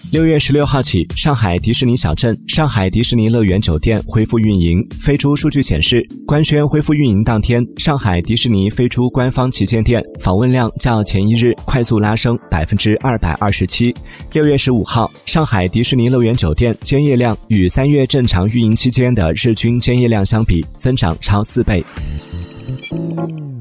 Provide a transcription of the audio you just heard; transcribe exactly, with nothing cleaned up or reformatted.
六月十六号起，上海迪士尼小镇、上海迪士尼乐园酒店恢复运营。飞猪数据显示，官宣恢复运营当天，上海迪士尼飞猪官方旗舰店访问量较前一日快速拉升百分之二百二十七。六月十五号，上海迪士尼乐园酒店间业量与三月正常运营期间的日均间业量相比，增长超四倍。